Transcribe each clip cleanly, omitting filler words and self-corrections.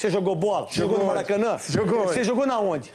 Você jogou bola? Jogou no Maracanã? Jogou. Você jogou na onde?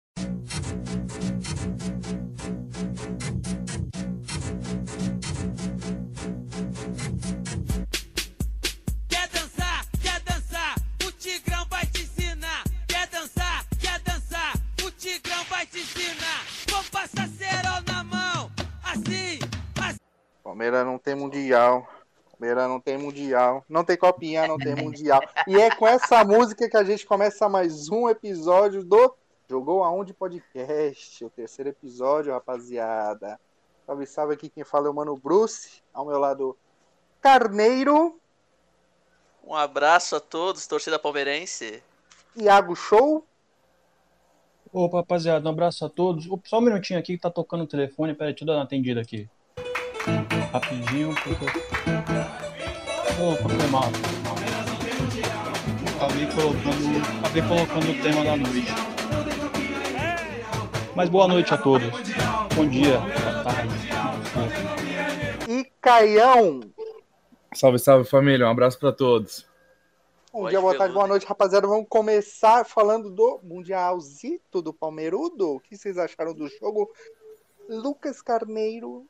Quer dançar, o Tigrão vai te ensinar. Quer dançar, o Tigrão vai te ensinar. Vou passar cerol na mão, assim. Palmeiras não tem mundial. Palmeiras não tem mundial. Não tem copinha, não tem mundial. E é com essa música que a gente começa mais um episódio do Jogou Aonde Podcast. O terceiro episódio, rapaziada. Salve, salve aqui. Quem fala é o Mano Bruce. Ao meu lado, Carneiro. Um abraço a todos, torcida palmeirense. Iago Show. Opa, rapaziada, um abraço a todos. Só um minutinho aqui que tá tocando o telefone. Peraí, deixa eu dar uma atendida aqui. Rapidinho, porque... Opa, foi mal. Acabei colocando o tema da noite. Mas boa noite a todos. Bom dia, boa tarde. E Caião. Salve, salve, família. Um abraço pra todos. Bom dia, boa tarde, boa noite, rapaziada. Vamos começar falando do Mundialzito do Palmeirudo. O que vocês acharam do jogo? Lucas Carneiro.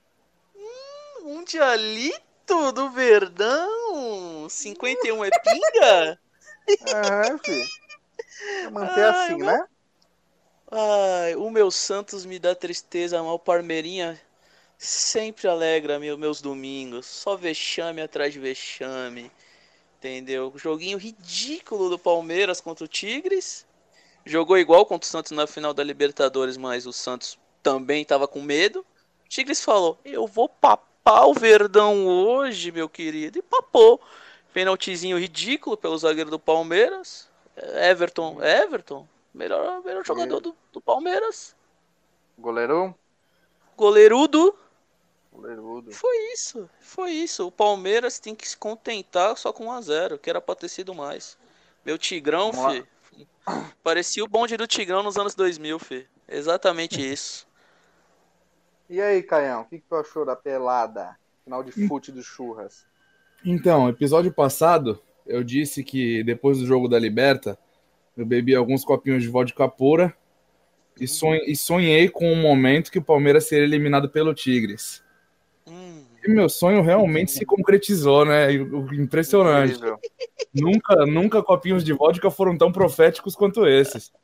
Mundialito do Verdão. 51 é pinga? Filho. Manter assim, né? Ai, o meu Santos me dá tristeza, mas o Palmeirinha sempre alegra meus domingos. Só vexame atrás de vexame. Entendeu? Joguinho ridículo do Palmeiras contra o Tigres. Jogou igual contra o Santos na final da Libertadores, mas o Santos também tava com medo. O Tigres falou, eu vou papar o Verdão hoje, meu querido. E papou. Penaltizinho ridículo pelo zagueiro do Palmeiras. Everton, melhor jogador do Palmeiras. Goleirão? Goleirudo. Goleirudo. Foi isso. O Palmeiras tem que se contentar só com 1-0, que era pra ter sido mais. Meu Tigrão, fi. Parecia o bonde do Tigrão nos anos 2000, fi. Exatamente isso. E aí, Caião, o que tu achou da pelada? Final de fute do Churras. Então, episódio passado, eu disse que depois do jogo da Liberta, eu bebi alguns copinhos de vodka pura e sonhei com um momento que o Palmeiras seria eliminado pelo Tigres. E meu sonho realmente se concretizou, né? Impressionante. Nunca copinhos de vodka foram tão proféticos quanto esses.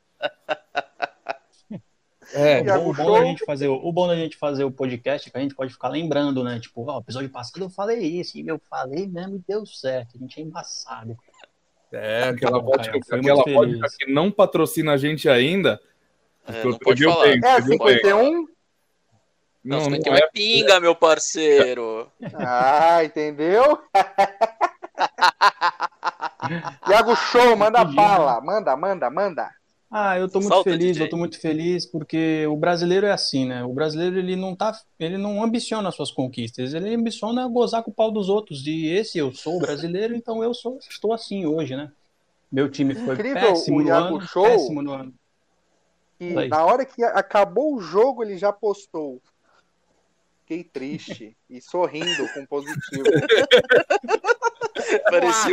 O bom da gente fazer o podcast é que a gente pode ficar lembrando, né? Tipo, o episódio passado eu falei isso, e eu falei mesmo e deu certo. A gente é embaçado. Aquela vodka que não patrocina a gente ainda. Não pode falar. É 51? Não, 51 é pinga, meu parceiro. Entendeu? Iago Show, manda bala. Manda. Eu tô muito feliz porque o brasileiro é assim, né? O brasileiro, ele não ambiciona as suas conquistas, ele ambiciona gozar com o pau dos outros. E eu sou o brasileiro, então estou assim hoje, né? Meu time foi péssimo no ano. E na hora que acabou o jogo, ele já postou. Fiquei triste e sorrindo com positivo. Parecia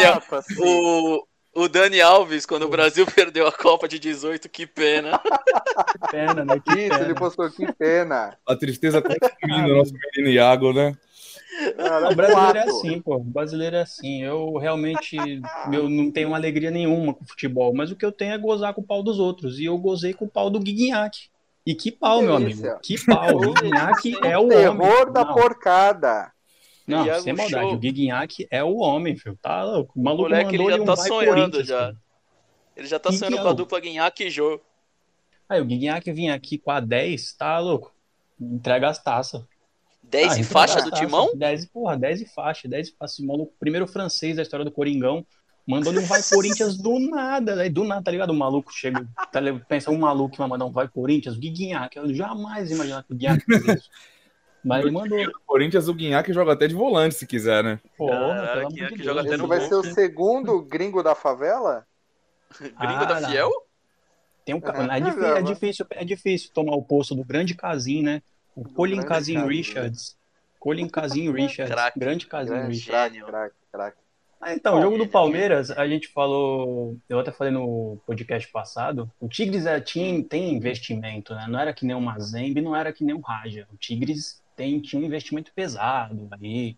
o Dani Alves, quando o Brasil perdeu a Copa de 18, que pena. Que pena, né? Ele postou, que pena. A tristeza consumindo o nosso menino Iago, né? O brasileiro é assim, pô. O brasileiro é assim. Eu realmente não tenho alegria nenhuma com o futebol, mas o que eu tenho é gozar com o pau dos outros. E eu gozei com o pau do Guignac. E que pau, meu amigo. Que pau. O Guignac é o homem. Terror da porcada. Não, sem maldade. O Guignac é o homem, filho. Tá louco. O maluco moleque, ele já tá sonhando já. Filho. Ele já tá sonhando com a dupla Guignac e Jô. Aí o Guignac vinha aqui com a 10, tá louco? Entrega as taças. 10 e faixa do Timão? 10 e faixa. Esse maluco, primeiro francês da história do Coringão, mandou um vai Corinthians do nada, né? Do nada, tá ligado? O maluco chega, pensa um maluco que vai mandar um vai Corinthians, o Guignac, eu jamais imaginava que o Guignac fez isso. Mas ele mandou. O Corinthians, o Guignac joga até de volante, se quiser, né? Porra, pelo amor de Deus. Esse vai ser o segundo gringo da favela? Gringo da Fiel? Tem é difícil tomar o posto do grande Casim, né? O Colin Casim Richards. Grande Casim Richards. Craque. Então, o jogo do Palmeiras, a gente falou, eu até falei no podcast passado, o Tigres tem investimento, né? Não era que nem o Mazembe, não era que nem o Raja. O Tigres tinha um investimento pesado aí.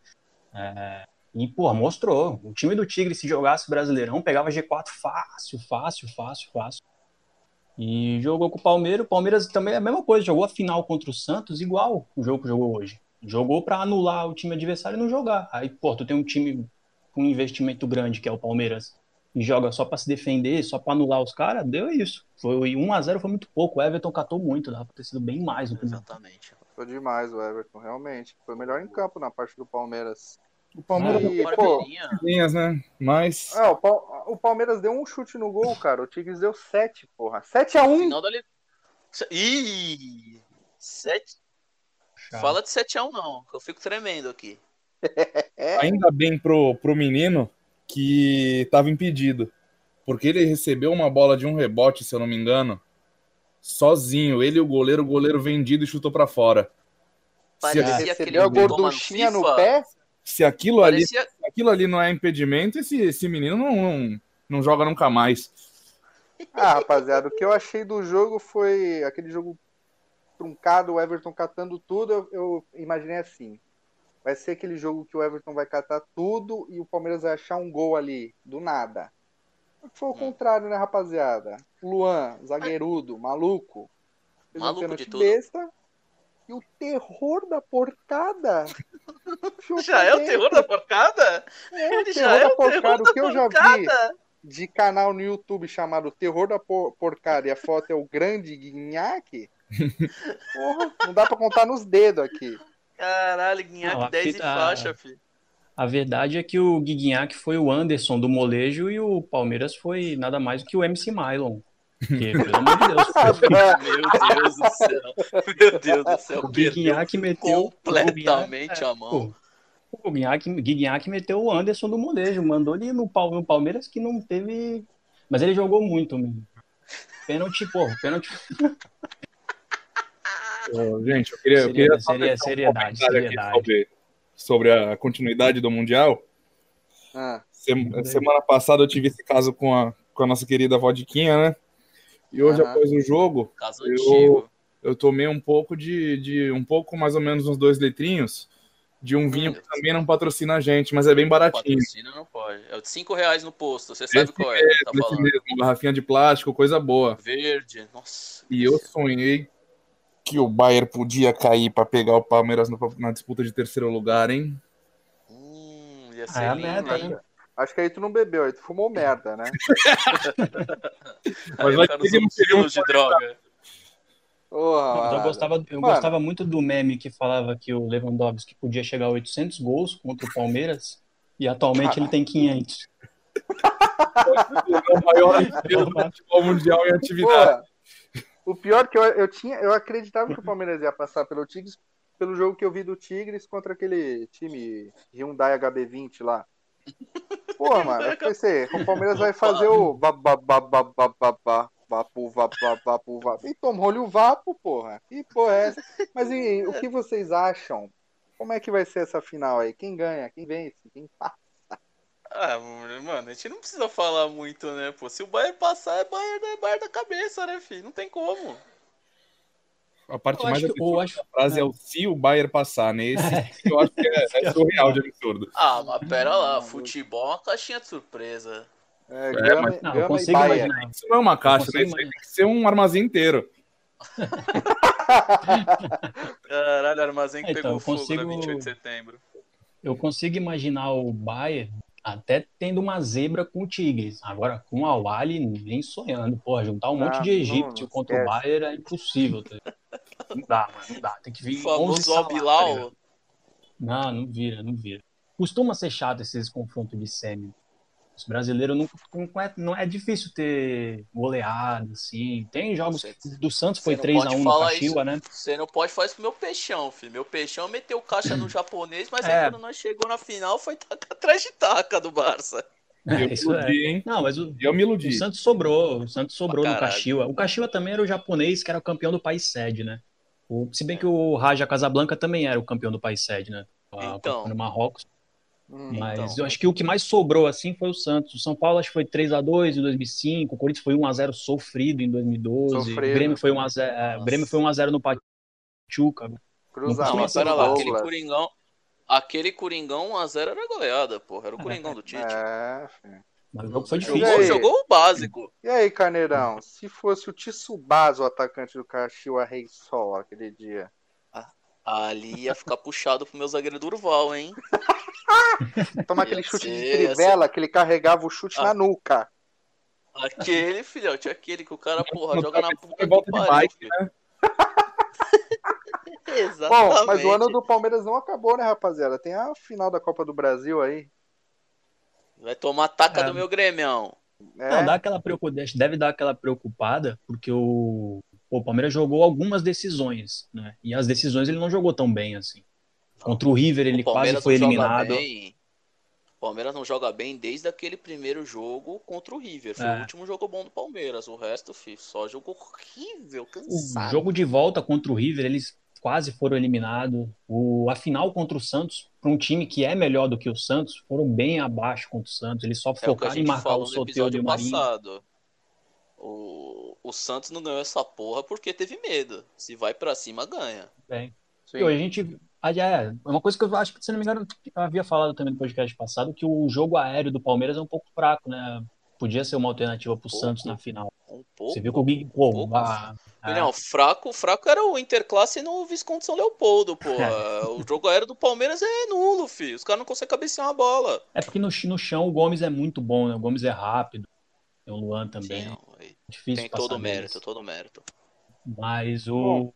E, pô, mostrou. O time do Tigres, se jogasse Brasileirão, pegava G4 fácil. E jogou com o Palmeiras. O Palmeiras também é a mesma coisa, jogou a final contra o Santos, igual o jogo que jogou hoje. Jogou pra anular o time adversário e não jogar. Aí, pô, tu tem um time com um investimento grande, que é o Palmeiras, e joga só pra se defender, só pra anular os caras, deu isso. Foi 1-0 foi muito pouco. O Everton catou muito, dava pra ter sido bem mais no primeiro. Exatamente. Foi demais o Everton, realmente. Foi o melhor em campo na parte do Palmeiras. O Palmeiras E, tem pô, linhas, né? Mas o Palmeiras deu um chute no gol, cara. O Tigres deu 7, porra. 7-1. Final da Ih! 7. Fala de 7-1 não, que eu fico tremendo aqui. ainda bem pro menino que tava impedido. Porque ele recebeu uma bola de um rebote, se eu não me engano, sozinho. Ele e o goleiro vendido e chutou pra fora. Parecia Recebeu aquele a que toma no gorduchinha no FIFA. pé. Se aquilo Parecia... ali não é impedimento, esse menino não joga nunca mais. Ah, rapaziada, o que eu achei do jogo foi aquele jogo truncado, o Everton catando tudo. Eu imaginei assim: vai ser aquele jogo que o Everton vai catar tudo e o Palmeiras vai achar um gol ali, do nada. Foi o contrário, né, rapaziada? Luan, zagueirudo, maluco. Fez um Maluco pênalti de tudo. besta. E o terror da porcada. Já é o terror da porcada? É, o Ele terror já é da o terror porcada. da O que eu já vi porcada. de canal no YouTube chamado Terror da Porcada e a foto é o grande Guinhaque, porra, não dá pra contar nos dedos aqui. Caralho, Não, Guinhaque a 10 e fita- faixa, filho. A verdade é que o Guignac foi o Anderson do molejo e o Palmeiras foi nada mais do que o MC Mylon. Porque, pelo amor de Deus, Meu Deus do céu. Meu Deus do céu. o Guignac meteu Completamente a mão. O Guignac meteu o Anderson do molejo, mandou ele no Palmeiras que não teve. Mas ele jogou muito mesmo. Pênalti. Gente, eu queria só deixar Seriedade. aqui sobre a continuidade do Mundial. Semana passada eu tive esse caso com a nossa querida Vodiquinha, né? E hoje, após o jogo, Caso antigo. eu tomei um pouco um pouco, mais ou menos uns 2 litrinhos de um vinho que também não patrocina a gente, mas é bem baratinho. Patrocina não pode. É o de R$5 no posto, você sabe qual é que tá falando. Mesmo, garrafinha de plástico, coisa boa. Verde, nossa. E eu sonhei que o Bayern podia cair para pegar o Palmeiras na disputa de terceiro lugar, hein? Ia ser É a lindo, meta, hein? né? Acho que aí tu não bebeu, aí tu fumou merda, né? Mas Aí vai o cara que ele usou quilos de droga. Porra, Eu gostava muito do meme que falava que o Lewandowski podia chegar a 800 gols contra o Palmeiras e atualmente ele tem 500. É o maior artilheiro do futebol mundial em atividade. Porra, o pior que eu acreditava que o Palmeiras ia passar pelo Tigres, pelo jogo que eu vi do Tigres contra aquele time Hyundai HB20 lá. Porra, mano, eu pensei, o Palmeiras vai fazer o vapu. E tomou-lhe o vapo, porra. E porra é essa? Mas e, o que vocês acham? Como é que vai ser essa final aí? Quem ganha? Quem vence? Quem passa? Ah, mano, a gente não precisa falar muito, né, pô? Se o Bayern passar, é Bayern da cabeça, né, filho? Não tem como. A parte Eu mais acho que- eu absurda acho- da frase é o se o Bayern passar, né? Esse eu acho que é surreal de absurdo. Ah, mas pera lá, futebol é uma caixinha de surpresa. Gama, Não, eu Gama e consigo Bayern. imaginar. Isso não é uma caixa, consigo né? Isso aí imaginar. tem que ser um armazém inteiro. Caralho, armazém que Então, pegou eu fogo consigo- na 28 de setembro. Eu consigo imaginar o Bayern até tendo uma zebra com o Tigres. Agora, com o Al-Ahly, nem sonhando. Porra, juntar um monte de egípcio não contra o esquece. Bayern é impossível. Tá? Não dá, mano, não dá. Tem que O vir 11 famoso Salah, tá Al-Bilal. ligado? Não vira. Costuma ser chato esses confrontos de semi. Os brasileiros não é difícil ter goleada, assim. Tem jogos do Santos foi Você não pode 3-1 no falar Caxiwa, isso. né? Você não pode falar isso com meu peixão, filho. Meu peixão meteu caixa no japonês, mas É. aí quando nós chegou na final foi taca atrás de taca do Barça. Eu me Isso é. iludi, hein? Não, mas Eu me iludi. o Santos sobrou Pra no caralho. Caxiwa. O Caxiwa também era o japonês que era o campeão do país sede, né? Se bem que o Raja Casablanca também era o campeão do país sede, né? Então. No Marrocos. Mas Então. eu acho que o que mais sobrou assim foi o Santos. O São Paulo acho que foi 3-2 em 2005, o Corinthians foi 1-0 sofrido em 2012, Sofrido. o Grêmio foi 1-0, o Grêmio foi 1-0 no Pachuca. Não, Cruzamento mas ser pera do lá, fácil. aquele Coringão 1x0 era goleada, porra. Era o Coringão do Tite. Filho. Mas o jogo foi E difícil. aí? Jogou o básico. E aí, Carneirão? Se fosse o Tsubasa, o atacante do Caxiwa Rei Sol, aquele dia. Ali ia ficar puxado pro meu zagueiro Durval, hein? Toma Ia aquele chute de ser- trivela que ele carregava o chute na nuca. Aquele, filhote, aquele que o cara, porra, No joga na cabeça, puta volta que de pariu, bike, filho. né? Exatamente. Bom, mas o ano do Palmeiras não acabou, né, rapaziada? Tem a final da Copa do Brasil aí. Vai tomar taca É. do meu Grêmio. Não, dá aquela preocupada, deve dar aquela preocupada, porque o Palmeiras jogou algumas decisões, né? E as decisões ele não jogou tão bem assim. Contra o River ele O quase Palmeiras foi não joga eliminado. bem. O Palmeiras não joga bem desde aquele primeiro jogo contra o River. Foi o último jogo bom do Palmeiras. O resto, filho, só jogo horrível, O cansado. jogo de volta contra o River, eles quase foram eliminados. A final contra o Santos, para um time que é melhor do que o Santos, foram bem abaixo contra o Santos. Eles só É o que a focaram em gente marcar o falou no Soteldo e episódio o Marinho. passado. O Santos não ganhou essa porra porque teve medo. Se vai pra cima, ganha. Bem. Sim. E hoje a gente. É uma coisa que eu acho que, se não me engano, eu havia falado também no podcast passado, que o jogo aéreo do Palmeiras é um pouco fraco, né? Podia ser uma alternativa pro Santos na final. Um pouco. Você viu que o Gui. pouco. Não, fraco era o Interclasse no Visconde São Leopoldo, porra. O jogo aéreo do Palmeiras é nulo, filho. Os caras não conseguem cabecear uma bola. É porque no chão o Gomes é muito bom, né? O Gomes é rápido. Tem o Luan também. Sim, não, Difícil tem passar todo o deles. mérito, todo o mérito. Mas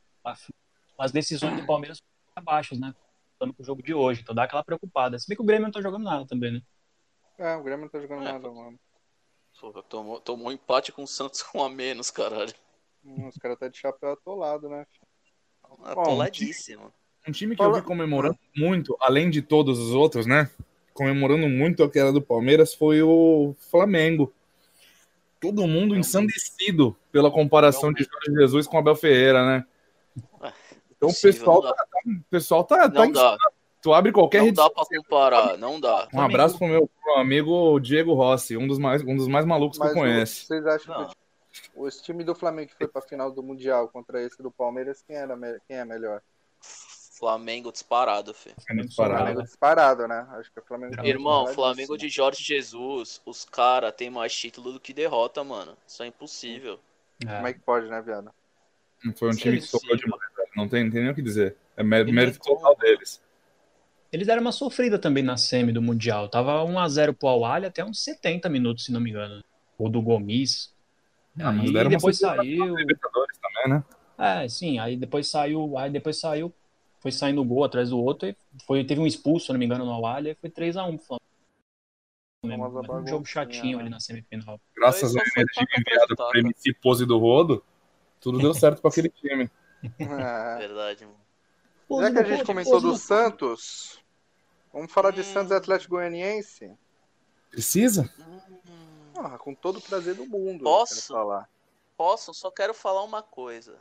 as decisões do Palmeiras foram abaixo, né? Falando com o jogo de hoje. Então dá aquela preocupada. Se bem que o Grêmio não tá jogando nada também, né? O Grêmio não tá jogando nada, mano. Porra, tomou um empate com o Santos com a menos, caralho. Os caras tá de chapéu atolado, né? Atoladíssimo. Um time que eu vi comemorando muito, além de todos os outros, né? Comemorando muito a queda do Palmeiras, foi o Flamengo. Todo mundo ensandecido pela comparação de Jorge Jesus com Abel Ferreira, né? Então Possível, o pessoal tá não dá. insano. Tu abre qualquer Não rede dá pra comparar, não dá. Um abraço pro meu amigo Diego Rossi, um dos mais malucos que eu conheço. Vocês acham que esse time do Flamengo que foi pra final do Mundial contra esse do Palmeiras, quem é melhor? Flamengo disparado, filho. Flamengo disparado, né? Acho que o Flamengo. Irmão, Flamengo de Jorge Jesus, os caras têm mais título do que derrota, mano. Isso é impossível. Como é que pode, né, viado? Foi um time que sofreu demais, velho. Não tem nem o que dizer. É mérito tem total deles. Eles deram uma sofrida também na semi do Mundial. Tava 1-0 pro Al-Ahly até uns 70 minutos, se não me engano. O do Gomes. Mas Aí deram depois uma saiu. Libertadores também, né? Sim, aí depois saiu, foi saindo um gol atrás do outro, e teve um expulso, se não me engano, no Al-Ahly, e foi 3-1 pro Flamengo. Um jogo chatinho ali na semifinal. Graças à energia enviada pro MC Pose do Rodo, tudo deu certo pra aquele time. Verdade, mano. Já que a gente comentou do Santos, vamos falar de Santos e Atlético Goianiense? Precisa? Com todo o prazer do mundo. Posso? Falar. Posso? Só quero falar uma coisa.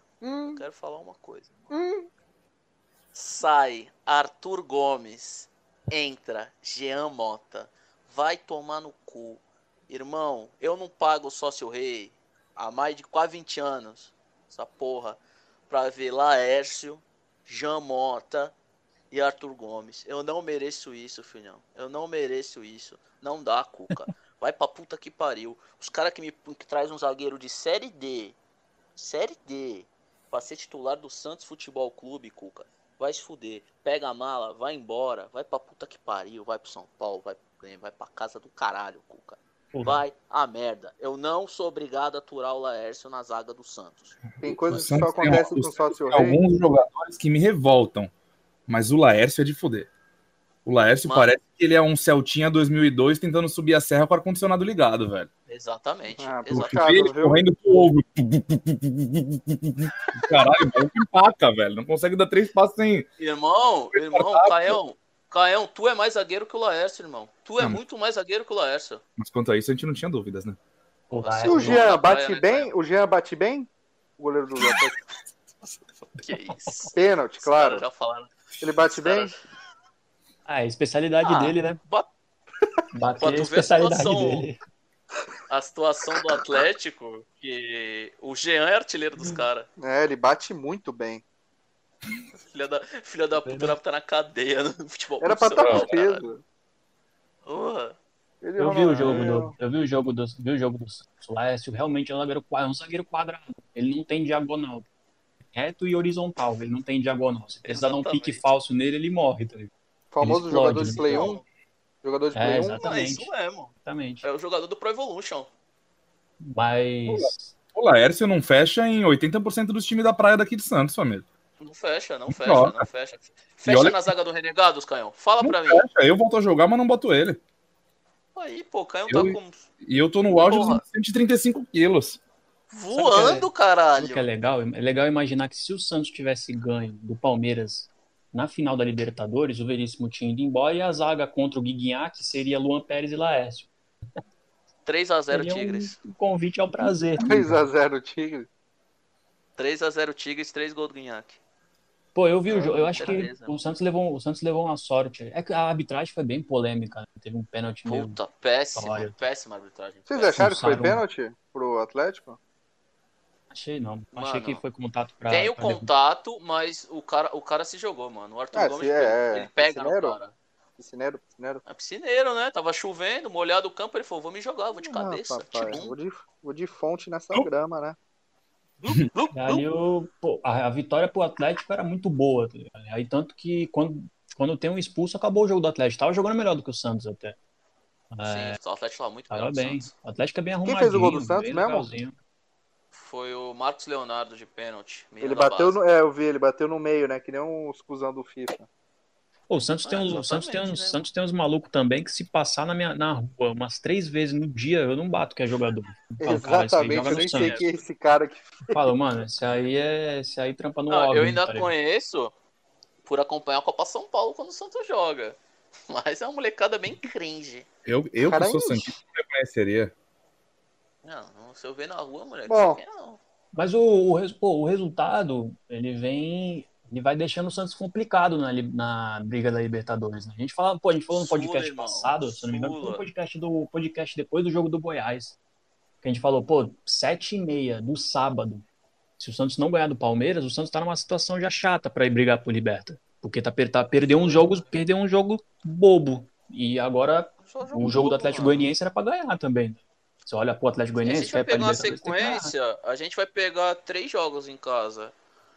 Sai Arthur Gomes, entra Jean Mota, vai tomar no cu. Irmão, eu não pago sócio rei há mais de quase 20 anos, essa porra, pra ver Laércio, Jean Mota e Arthur Gomes. Eu não mereço isso, filhão. Eu não mereço isso. Não dá, Cuca. Vai pra puta que pariu. Os caras que traz um zagueiro de Série D, pra ser titular do Santos Futebol Clube, Cuca. Vai se fuder. Pega a mala, vai embora. Vai pra puta que pariu. Vai pro São Paulo, vai pro Grêmio, vai pra casa do caralho, Cuca. Vai a merda. Eu não sou obrigado a aturar o Laércio na zaga do Santos. Tem coisas que só acontecem com o sócio rei. Alguns jogadores que me revoltam, mas o Laércio é de fuder. O Laércio parece que ele é um Celtinha 2002 tentando subir a serra com o ar-condicionado ligado, velho. Exatamente. Ele correndo pro ovo. Caralho, o que empaca, velho. Não consegue dar 3 passos sem... Irmão, Caião, tu é mais zagueiro que o Laércio, irmão. Tu é muito mais zagueiro que o Laércio. Mas quanto a isso, a gente não tinha dúvidas, né? E o Jean bate bem? O Jean bate bem? O goleiro do Atlético. Que isso. Pênalti, claro. Já falaram. Ele bate bem? Ah, é a especialidade Ah, dele, né? Pra Bater é a tu ver a especialidade situação, dele. a situação do Atlético, que o Jean é artilheiro dos caras. É, ele bate muito bem. Filha da puta era pra estar na cadeia no futebol Era pra estar profissional, caralho. preso. Porra. Ele Eu vi o jogo Ronaldinho. vi o jogo do Santos. O Laércio realmente é um zagueiro quadrado. Ele não tem diagonal. Reto e horizontal. Ele não tem diagonal. Se precisar dar um pique Exatamente. falso nele, ele morre, tá ligado? Famoso Ele jogador explode, de Play né? 1. Jogador de É, Play 1. exato. Não, é isso mesmo. Exatamente. É o jogador do Pro Evolution. Mas. O Laércio não fecha em 80% dos times da praia daqui de Santos, família. Não fecha, não Não fecha, joga. não fecha. E Fecha olha na zaga do Renegados, Canhão? Fala Não pra mim. fecha. Eu volto a jogar, mas não boto ele. Aí, pô, o Canhão Eu- tá com... E eu tô no auge Porra. dos 135 quilos. voando, Sabe o que caralho. é legal? É legal imaginar que se o Santos tivesse ganho do Palmeiras na final da Libertadores, o Veríssimo tinha ido embora e a zaga contra o Guignac seria Luan Pérez e Laércio. 3x0 Seria Tigres. um convite ao prazer. 3x0 Tigre. 3x0 Tigres, 3 gols do Guignac. Pô, eu vi o jogo. Eu acho que Beleza. o Santos levou uma sorte. É que a arbitragem foi bem polêmica, né? Teve um pênalti meio. Puta, péssima, Olha. péssima arbitragem. Vocês péssima. acharam que foi Expulsaram. pênalti pro Atlético? Achei não. Achei Mano, que foi contato pra. Tem o pra derrubar. contato, mas o cara se jogou, mano. O Arthur É, Gomes, se é- ele pega no piscineiro? cara. Piscineiro. É piscineiro, né? Tava chovendo, molhado o campo, ele falou, vou me jogar, vou de cabeça. papai, Tchum. vou de fonte nessa grama, né? E aí a vitória pro Atlético era muito boa, tá ligado? Aí tanto que quando tem um expulso, acabou o jogo do Atlético. Tava jogando melhor do que o Santos até. Sim, o Atlético tava muito Tava melhor que o bem. Santos. O Atlético é bem Quem arrumadinho. fez o gol do Santos bem mesmo? legalzinho. Foi o Marcos Leonardo de pênalti. menino Ele da bateu base. no. É, eu vi, ele bateu no meio, né? Que nem um cuzão do FIFA. Pô, o Santos tem exatamente, né? Santos tem uns malucos também que se passar na rua umas 3 vezes no dia, eu não bato que é jogador. Eu falo, cara, esse aí Exatamente, joga eu no nem sei Santos. quem é esse cara que. Eu falo, mano, esse aí trampa no Não, órgão, eu ainda tá ligado? conheço por acompanhar a Copa São Paulo quando o Santos joga. Mas é uma molecada bem cringe. Eu que Cara, sou isso. santista, não reconheceria. Não, se eu ver na rua, moleque, Bom. isso aqui não. Mas o resultado, ele vai deixando o Santos complicado na briga da Libertadores, né? A gente falou no Sula, podcast irmão, passado, se eu não me engano, foi Sula. no podcast depois do jogo do Goiás, que a gente falou, 7h30 do sábado, se o Santos não ganhar do Palmeiras, o Santos tá numa situação já chata pra ir brigar por Liberta, porque perdeu um jogo bobo, e agora Só o jogo do bobo, Atlético mano. Goianiense era pra ganhar também. Você olha pro Atlético Se a Goianiense, gente vai quer ir pra pegar uma Libertadores, tem que ganhar. sequência, a gente vai pegar 3 jogos em casa.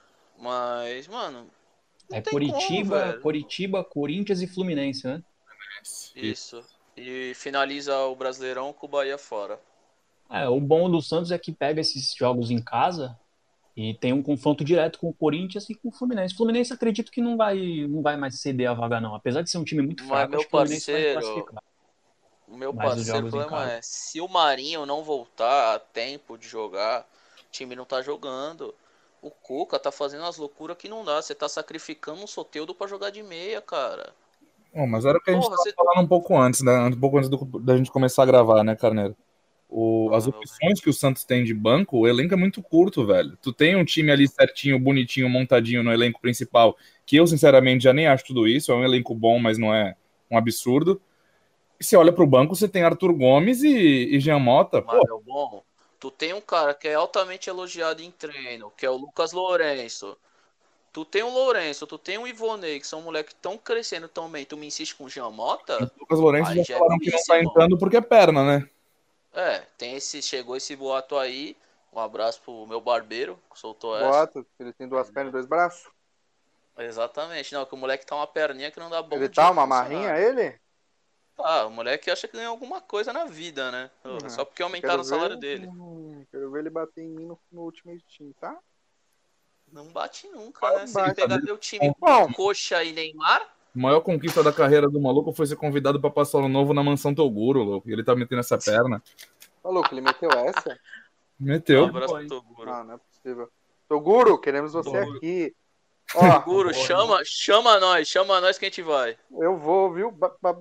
Mas, mano, não É tem como, velho. Coritiba, Corinthians e Fluminense, né? Isso. E finaliza o Brasileirão com o Bahia fora. O bom do Santos é que pega esses jogos em casa e tem um confronto direto com o Corinthians e com o Fluminense. O Fluminense acredito que não vai mais ceder a vaga, não. Apesar de ser um time muito Mas, fraco, meu acho que o Fluminense vai parceiro, classificar. O meu Mas os parceiro, o jogos em problema casa. é, se o Marinho não voltar a tempo de jogar, o time não tá jogando. O Cuca tá fazendo as loucuras que não dá. Você tá sacrificando um Soteldo pra jogar de meia, cara. Bom, mas era o que a gente Porra, estava você- falando um pouco antes, né? Um pouco antes da gente começar a gravar, né, Carneiro? As meu opções que o Santos tem de banco, o elenco é muito curto, velho. Tu tem um time ali certinho, bonitinho, montadinho no elenco principal, que eu, sinceramente, já nem acho tudo isso. É um elenco bom, mas não é um absurdo. E você olha pro banco, você tem Arthur Gomes e Jean Mota. Mas, Pô, meu bom, tu tem um cara que é altamente elogiado em treino, que é o Lucas Lourenço. Tu tem o Lourenço, tu tem o Ivonei, que são moleques que estão crescendo também. Tu me insiste com o Jean Mota? o Lucas Lourenço Aí já já é falaram que não burrice, tá irmão. entrando porque é perna, né? Chegou esse boato aí. Um abraço pro meu barbeiro, que soltou essa. Boato, ele tem 2 pernas e 2 braços. Exatamente, não, que o moleque tá uma perninha que não dá bom Ele dia tá uma pro funcionário. marrinha, ele? Ah, o moleque acha que ganhou alguma coisa na vida, né? Só porque aumentaram o salário dele. Quero ver ele bater em mim no Ultimate Team, tá? Não bate nunca, né? Se ele bate. pegar meu time Bom. com Coxa e Neymar, A maior conquista da carreira do maluco foi ser convidado pra passar o ano novo na mansão Toguro, louco. E ele tá metendo essa perna. Tá louco, ele meteu essa? um Meteu. abraço pro Toguro. Não é possível. Toguro, queremos você Toguro. aqui. Ó, Toguro, chama nós que a gente vai. eu vou, viu?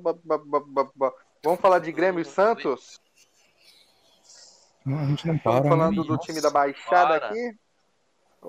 Vamos falar de Grêmio e Santos? Não, a gente não Estamos para. falando né? do time da Baixada para. aqui?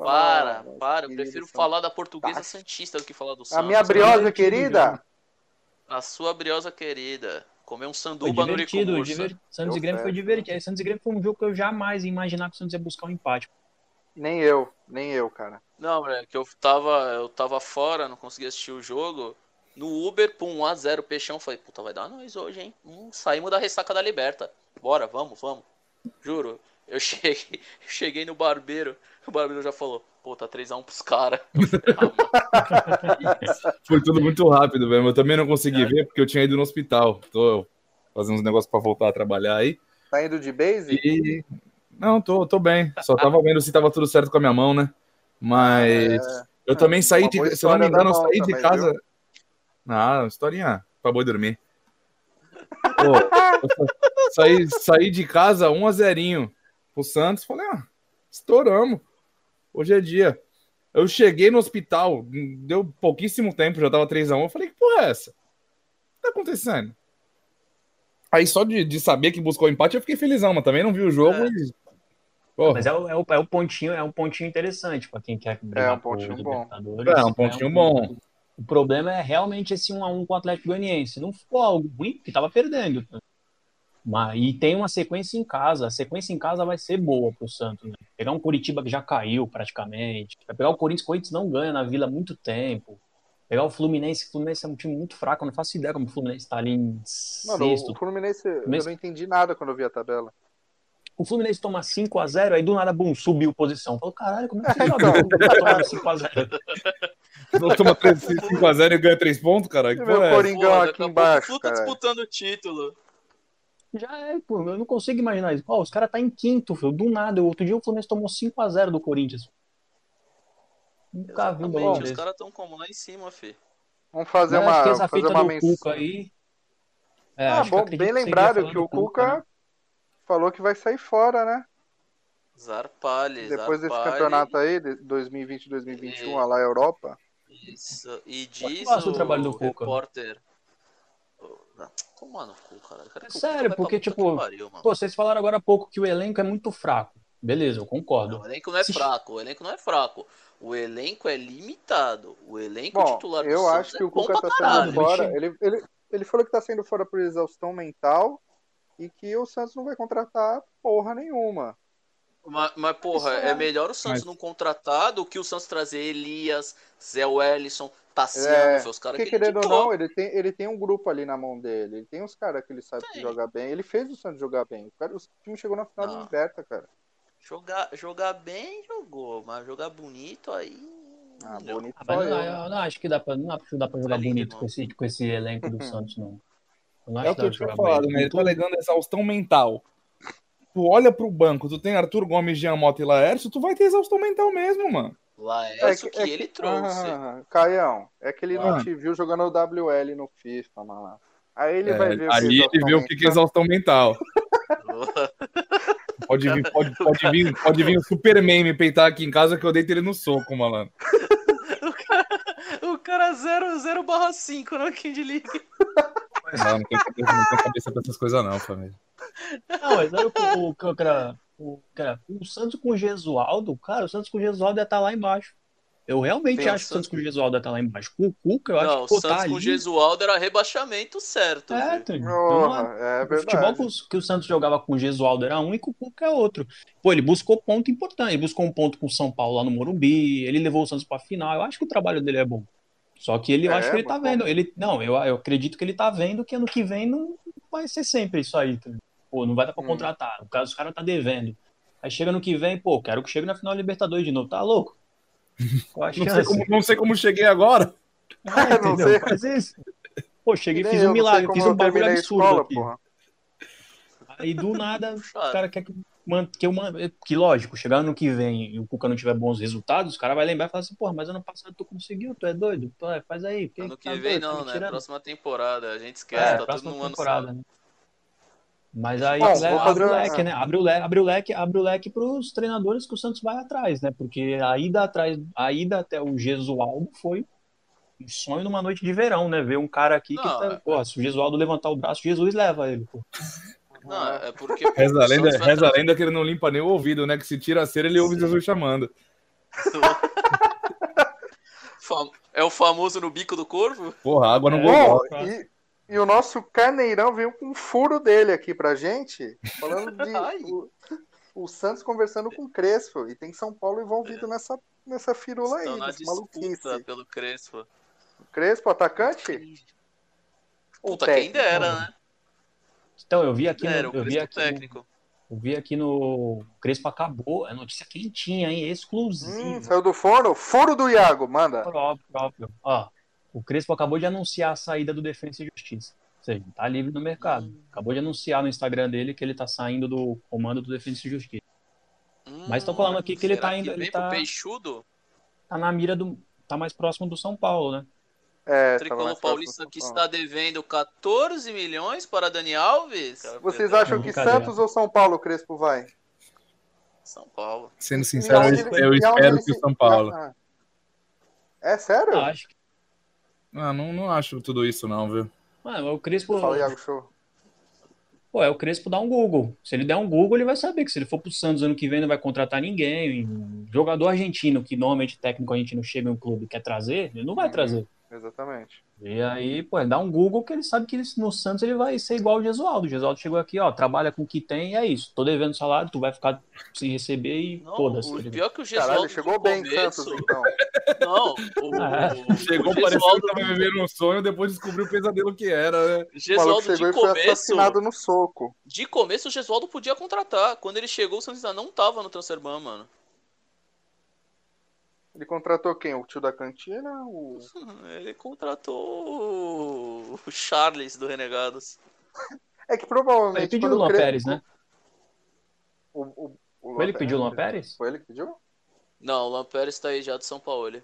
Para, eu querido prefiro Santos. falar da Portuguesa Tá. Santista do que falar do Santos. A minha briosa time querida? A sua briosa querida. Comer um Foi sanduba no divertido. Ursa. Santos e Grêmio foi divertido. Aí, Santos e Grêmio foi um jogo que eu jamais ia imaginar que o Santos ia buscar um empate. Nem eu, cara. Não, moleque, eu tava fora, não conseguia assistir o jogo. No Uber, pum, 1x0, Peixão. Falei, puta, vai dar nós hoje, hein? Saímos da ressaca da Liberta. Bora, vamos. Juro, eu cheguei no barbeiro. O barbeiro já falou, pô, tá 3x1 pros caras. Foi tudo muito rápido mesmo. Eu também não consegui ver porque eu tinha ido no hospital. Tô fazendo uns negócios pra voltar a trabalhar aí. Tá indo de base? E... Não, tô bem. Só tava vendo se tava tudo certo com a minha mão, né? Mas eu também saí uma de... boa Se eu não me história engano, eu da saí mão de também, casa... viu? Ah, historinha pra boi dormir. Pô, eu saí de casa 1x0 pro Santos. Falei, estouramos. Hoje é dia. Eu cheguei no hospital, deu pouquíssimo tempo, já tava 3x1. Eu falei, que porra é essa? O que tá acontecendo? Aí só de saber que buscou empate, eu fiquei felizão, mas também não vi o jogo e... Porra. Mas é um pontinho interessante pra quem quer brigar um pontinho por bom. Libertadores. É um pontinho bom. O problema é realmente esse 1x1 com o Atlético Goianiense. Não ficou algo ruim, porque tava perdendo. E tem uma sequência em casa. A sequência em casa vai ser boa pro Santos. Né? Pegar um Coritiba que já caiu praticamente. Vai pegar o Corinthians não ganha na Vila há muito tempo. Pegar o Fluminense é um time muito fraco. Eu não faço ideia como o Fluminense tá ali em Mano, sexto. o Fluminense, eu não entendi nada quando eu vi a tabela. O Fluminense toma 5x0, aí do nada, subiu posição. Falou, caralho, como é que você joga tomando 5x0? Não toma 5x0 e ganha 3 pontos, cara? E meu Coringão aqui embaixo, O cara. tá disputando o título. Já pô, eu não consigo imaginar isso. Os caras tá em quinto, filho, do nada. Outro dia o Fluminense tomou 5x0 do Corinthians. Nunca vi um bagulho Exatamente, os desse. caras tão como lá em cima, fi. Vamos fazer Mas acho que essa fazer fita uma do menção. Cuca aí... Bom, bem lembrado que o Cuca falou que vai sair fora, né? Zarpalli. Depois desse campeonato aí, de 2020-2021, lá Europa. Isso. E diz o trabalho do Cuca. repórter... Toma no cu, cara. Sério, porque, tipo, vocês falaram agora há pouco que o elenco é muito fraco. Beleza, eu concordo. Não, o elenco não é fraco. O elenco é limitado. O elenco titular do eu Santos acho que o Cuca tá saindo fora. Ele falou que tá saindo fora por exaustão mental e que o Santos não vai contratar porra nenhuma. Mas porra, é melhor o Santos não contratar do que o Santos trazer Elias, Zé Wellison, Tassiano, os caras que querendo ou não, ele tem um grupo ali na mão dele. Ele tem uns caras que ele sabe que joga bem. Ele fez o Santos jogar bem. O time chegou na final do Liberta, cara. Jogar bem, jogou, mas jogar bonito aí. Bonito eu não acho que dá pra jogar bonito com esse elenco do Santos, não. Eu não acho é o que eu tinha falado, né? Ele tá alegando exaustão mental. Tu olha pro banco, tu tem Arthur Gomes, Jean Mota e Laércio, tu vai ter exaustão mental mesmo, mano. Laércio que ele trouxe. Caião, é que ele não te viu jogando o WL no FIFA, mano. Aí ele vai ver ali ele vê o que é exaustão mental. Pode vir o Superman me peitar aqui em casa que eu deito ele no soco, malandro. O cara 0/5 no King League. Não tem cabeça pra essas coisas não, família. Não, mas era o Santos com o Gesualdo, cara, o Santos com o Gesualdo ia estar lá embaixo. Eu realmente acho que o Santos com o Gesualdo ia estar lá embaixo. Com o Cuca, eu acho que o Santos com o Gesualdo era rebaixamento certo. É verdade. O futebol que o Santos jogava com o Gesualdo era um e com o Cuca é outro. Pô, ele buscou ponto importante. Ele buscou um ponto com o São Paulo lá no Morumbi. Ele levou o Santos pra final. Eu acho que o trabalho dele é bom. Só que eu acho que ele tá vendo. Eu acredito que ele tá vendo que ano que vem não vai ser sempre isso aí. Pô, não vai dar pra contratar. Os caras tá devendo. Aí chega no que vem, pô, quero que chegue na final da Libertadores de novo. Tá louco? Não sei como cheguei agora. Entendeu? Faz isso. Pô, cheguei, fiz um milagre, fiz um bagulho absurdo aqui. Porra. Aí do nada, o cara quer que lógico, chegar ano que vem e o Cuca não tiver bons resultados, os caras vão lembrar e falar assim, porra, mas ano passado tu conseguiu, tu é doido? Faz aí. Ano que vem não, né? Próxima temporada, a gente esquece, tá tudo no ano só. Né? Mas aí abre o leque, né? Abre o leque pros treinadores que o Santos vai atrás, né? Porque a ida até o Gesualdo foi um sonho numa noite de verão, né? Ver um cara aqui porra, se o Gesualdo levantar o braço, Jesus leva ele, pô. Não, é porque... Reza a lenda que ele não limpa nem o ouvido, né? Que se tira a cera, ele ouve Jesus chamando. É o famoso no bico do corvo? Porra, água no gol. E o nosso Carneirão veio com um furo dele aqui pra gente, falando de o Santos conversando com o Crespo. E tem São Paulo envolvido nessa firula aí, Estão na nessa disputa maluquice. pelo Crespo. Crespo, atacante? Ou Puta, quem técnico? dera, né? Então, eu vi aqui Era no, o eu vi Crespo aqui, técnico. eu vi aqui no Crespo acabou, é notícia quentinha, hein? Exclusiva. Saiu do forno? Furo do Iago, manda. Próprio. Ó, o Crespo acabou de anunciar a saída do Defensa e Justiça. Ou seja, tá livre no mercado. Acabou de anunciar no Instagram dele que ele tá saindo do comando do Defensa e Justiça. Mas estão falando aqui que ele tá indo, ele tá peixudo? Tá na mira tá mais próximo do São Paulo, né? O Tricolor Paulista que está devendo 14 milhões para Dani Alves. Vocês acham que Santos ou São Paulo o Crespo vai? São Paulo. Sendo sincero, eu espero que o São Paulo. É sério? Acho que... não acho tudo isso não, viu? Mano, o Crespo... Fala, Iago, show. Pô, o Crespo dá um Google. Se ele der um Google, ele vai saber que se ele for pro Santos ano que vem, não vai contratar ninguém. Jogador argentino, que normalmente técnico argentino chega em um clube e quer trazer, ele não vai trazer. Exatamente. E aí, pô, ele dá um Google que ele sabe que no Santos ele vai ser igual o Gesualdo. O Gesualdo chegou aqui, ó, trabalha com o que tem e é isso. Tô devendo salário, tu vai ficar sem receber e foda-se. O pior que o Gesualdo... Caralho, chegou bem Santos, então. Não, chegou parecendo que tava vivendo um sonho, depois descobriu o pesadelo que era, né? Gesualdo de começo... no soco. De começo o Gesualdo podia contratar. Quando ele chegou, o Santos ainda não tava no Transferban, mano. Ele contratou quem? O tio da cantina? Ele contratou o Charles do Renegados. É que provavelmente... Ele pediu o Luan Pérez, né? Foi ele que pediu o Luan Pérez? Foi ele que pediu? Não, o Luan Pérez tá aí já do São Paulo.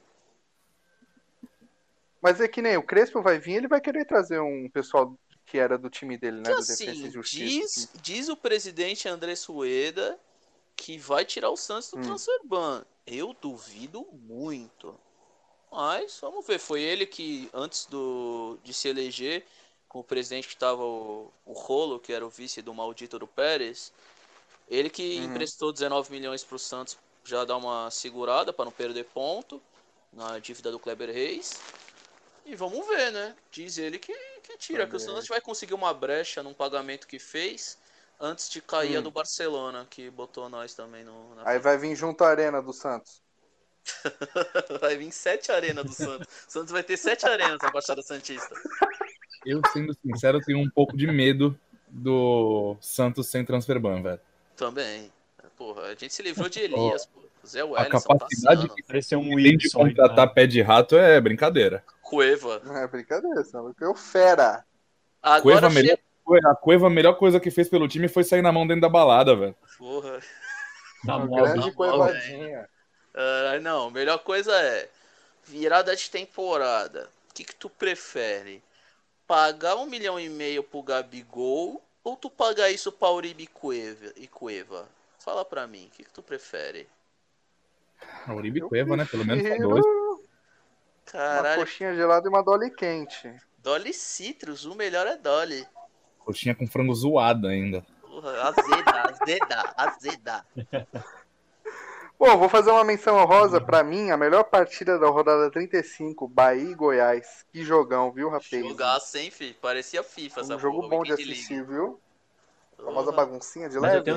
Mas é que nem o Crespo vai vir, ele vai querer trazer um pessoal que era do time dele, né? Que do assim, Defensa e Justiça. diz o presidente André Sueda que vai tirar o Santos do Transferban. Eu duvido muito. Mas vamos ver. Foi ele que, antes de se eleger, com o presidente que estava o Rolo, que era o vice do maldito do Pérez, ele que emprestou 19 milhões para o Santos já dar uma segurada para não perder ponto na dívida do Kleber Reis. E vamos ver, né? Diz ele que tira, que o Santos vai conseguir uma brecha num pagamento que fez antes de cair a do Barcelona, que botou nós também na Aí vai vir junto a Arena do Santos. Vai vir 7 arenas do Santos. O Santos vai ter 7 arenas na Baixada Santista. Eu, sendo sincero, tenho um pouco de medo do Santos sem Transferban, velho. Também. Porra, a gente se livrou de Elias, pô. Zé Wellington, a capacidade Tassiano. Pareceu um de Wilson. contratar pé de rato é brincadeira. Cueva. Não é brincadeira, senão eu fera. Agora A Cueva, a melhor coisa que fez pelo time foi sair na mão dentro da balada, velho. Porra. Uma grande coevadinha. Não, a melhor coisa é virada de temporada. O que tu prefere? Pagar 1,5 milhão pro Gabigol ou tu pagar isso pra Uribe e Cueva? Fala pra mim, o que tu prefere? A Uribe e Cueva, né? Pelo menos são dois. Caralho. Uma coxinha gelada e uma Dolly quente. Dolly Citrus, o melhor é Dolly. Coxinha com frango zoada ainda. Porra, azeda. Bom, vou fazer uma menção honrosa pra mim, a melhor partida da rodada 35, Bahia e Goiás. Que jogão, viu, rapaz? Jogaço, hein, filho? Parecia FIFA essa Um jogo porra, bom de Weekend assistir, League. viu? A famosa baguncinha de Mas leve.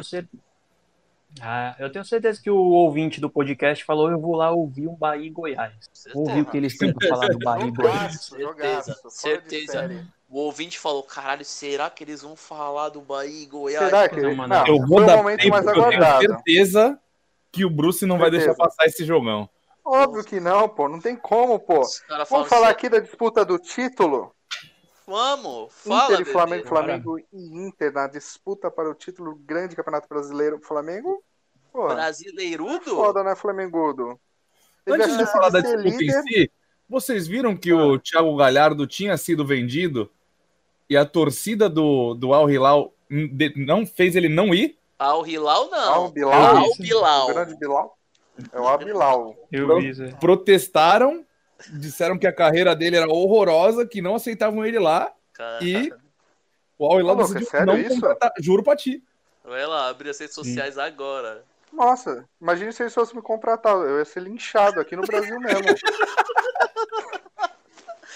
eu tenho certeza que o ouvinte do podcast falou, eu vou lá ouvir um Bahia e Goiás. Ouvir o que eles têm pra falar do Bahia e Goiás. Certeza. O ouvinte falou, caralho, será que eles vão falar do Bahia e Goiás? Será que... Não, Não, eu vou foi o dar momento tempo, mais porque eu tenho aguardado. certeza que o Bruce não vai deixar passar esse jogão. Óbvio que não, pô. Não tem como, pô. Vamos falar aqui da disputa do título? Vamos, fala, Inter e Flamengo, bebê. Flamengo e Inter na disputa para o título grande Campeonato Brasileiro. Flamengo, porra, Brasileirudo? foda, né, Flamengudo? Antes de falar da disputa em si, vocês viram que o Thiago Galhardo tinha sido vendido e a torcida do Al Hilal não fez ele não ir? Al Hilal não. Al Bilal. Al Bilal. O grande Bilal. É o Al Bilal. Eu vi, Zé. Protestaram, disseram que a carreira dele era horrorosa, que não aceitavam ele lá. Cara, E o Al Hilal Maluco, decidiu é sério não isso? contratar. Juro pra ti. vai lá, abrir as redes sociais agora. Nossa, imagine se eles fossem me contratar. Eu ia ser linchado aqui no Brasil mesmo.